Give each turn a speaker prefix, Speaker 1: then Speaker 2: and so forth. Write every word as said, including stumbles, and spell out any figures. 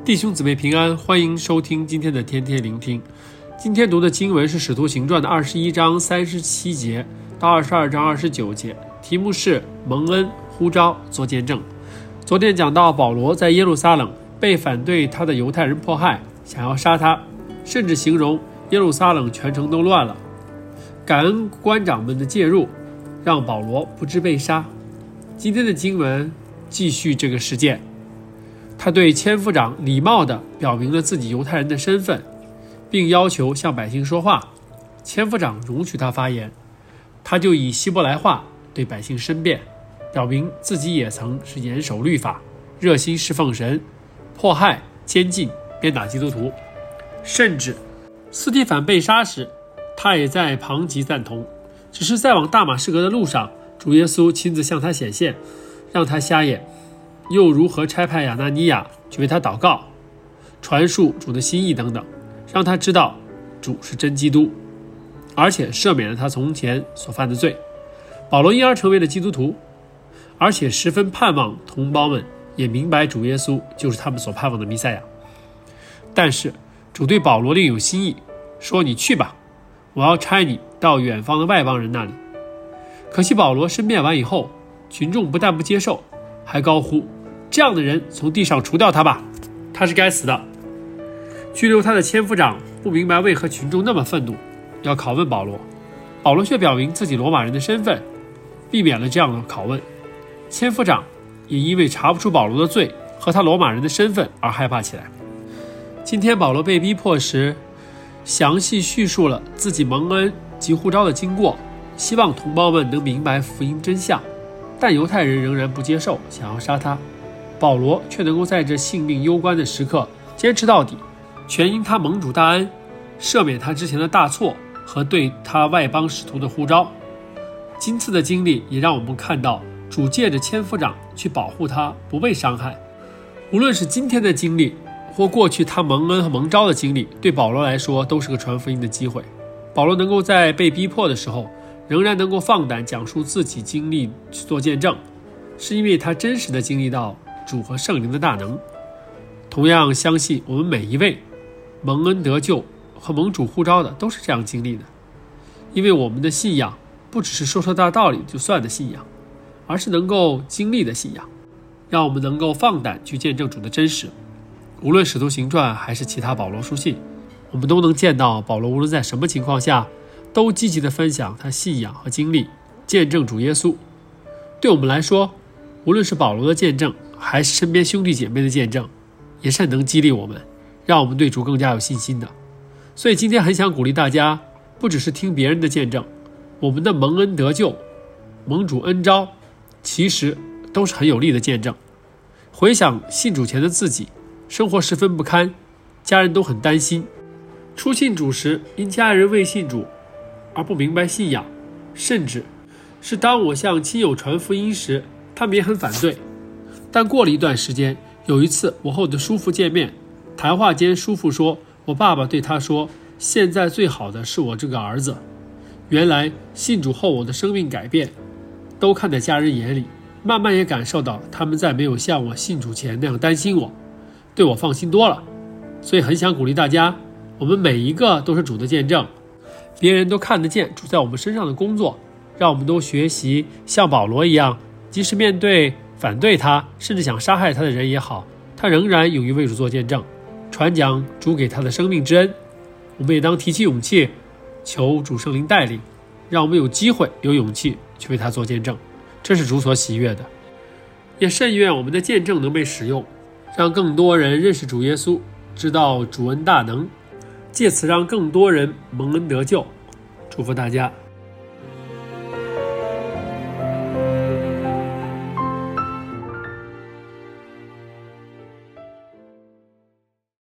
Speaker 1: 弟兄姊妹平安，欢迎收听今天的天天聆听。今天读的经文是《使徒行传》的二十一章三十七节到二十二章二十九节，题目是蒙恩呼召做见证。昨天讲到保罗在耶路撒冷被反对他的犹太人迫害，想要杀他，甚至形容耶路撒冷全城都乱了。感恩官长们的介入，让保罗不致被杀。今天的经文继续这个事件，他对千夫长礼貌地表明了自己犹太人的身份，并要求向百姓说话。千夫长容许他发言，他就以希伯来话对百姓申辩，表明自己也曾是严守律法，热心侍奉神，迫害、监禁、鞭打基督徒，甚至司提反被杀时，他也在旁极赞同。只是在往大马士革的路上，主耶稣亲自向他显现，让他瞎眼，又如何差派亚拿尼亚去为他祷告，传述主的心意等等，让他知道主是真基督，而且赦免了他从前所犯的罪。保罗因而成为了基督徒，而且十分盼望同胞们也明白主耶稣就是他们所盼望的弥赛亚。但是主对保罗另有心意，说你去吧，我要差你到远方的外邦人那里。可惜保罗申辩完以后，群众不但不接受，还高呼，这样的人从地上除掉他吧，他是该死的。拘留他的千夫长不明白为何群众那么愤怒，要拷问保罗，保罗却表明自己罗马人的身份，避免了这样的拷问。千夫长也因为查不出保罗的罪和他罗马人的身份而害怕起来。今天保罗被逼迫时，详细叙述了自己蒙恩及呼召的经过，希望同胞们能明白福音真相。但犹太人仍然不接受，想要杀他。保罗却能够在这性命攸关的时刻坚持到底，全因他蒙主大恩，赦免他之前的大错和对他外邦使徒的呼召。今次的经历也让我们看到主借着千夫长去保护他不被伤害。无论是今天的经历或过去他蒙恩和蒙召的经历，对保罗来说都是个传福音的机会。保罗能够在被逼迫的时候仍然能够放胆讲述自己经历去做见证，是因为他真实的经历到主和圣灵的大能。同样相信我们每一位蒙恩得救和蒙主呼召的都是这样经历的，因为我们的信仰不只是说说大道理就算的信仰，而是能够经历的信仰，让我们能够放胆去见证主的真实。无论使徒行传还是其他保罗书信，我们都能见到保罗无论在什么情况下都积极地分享他信仰和经历，见证主耶稣。对我们来说，无论是保罗的见证还是身边兄弟姐妹的见证，也是很能激励我们，让我们对主更加有信心的。所以今天很想鼓励大家，不只是听别人的见证，我们的蒙恩得救、蒙主恩召，其实都是很有力的见证。回想信主前的自己，生活十分不堪，家人都很担心。初信主时，因家人未信主而不明白信仰，甚至是当我向亲友传福音时，他们也很反对。但过了一段时间，有一次我和我的叔父见面，谈话间叔父说，我爸爸对他说，现在最好的是我这个儿子。原来信主后我的生命改变都看在家人眼里，慢慢也感受到他们再没有像我信主前那样担心我，对我放心多了。所以很想鼓励大家，我们每一个都是主的见证，别人都看得见主在我们身上的工作，让我们都学习像保罗一样，即使面对反对他甚至想杀害他的人也好，他仍然勇于为主做见证，传讲主给他的生命之恩。我们也当提起勇气，求主圣灵带领，让我们有机会有勇气去为他做见证，这是主所喜悦的。也甚愿我们的见证能被使用，让更多人认识主耶稣，知道主恩大能，借此让更多人蒙恩得救。祝福大家。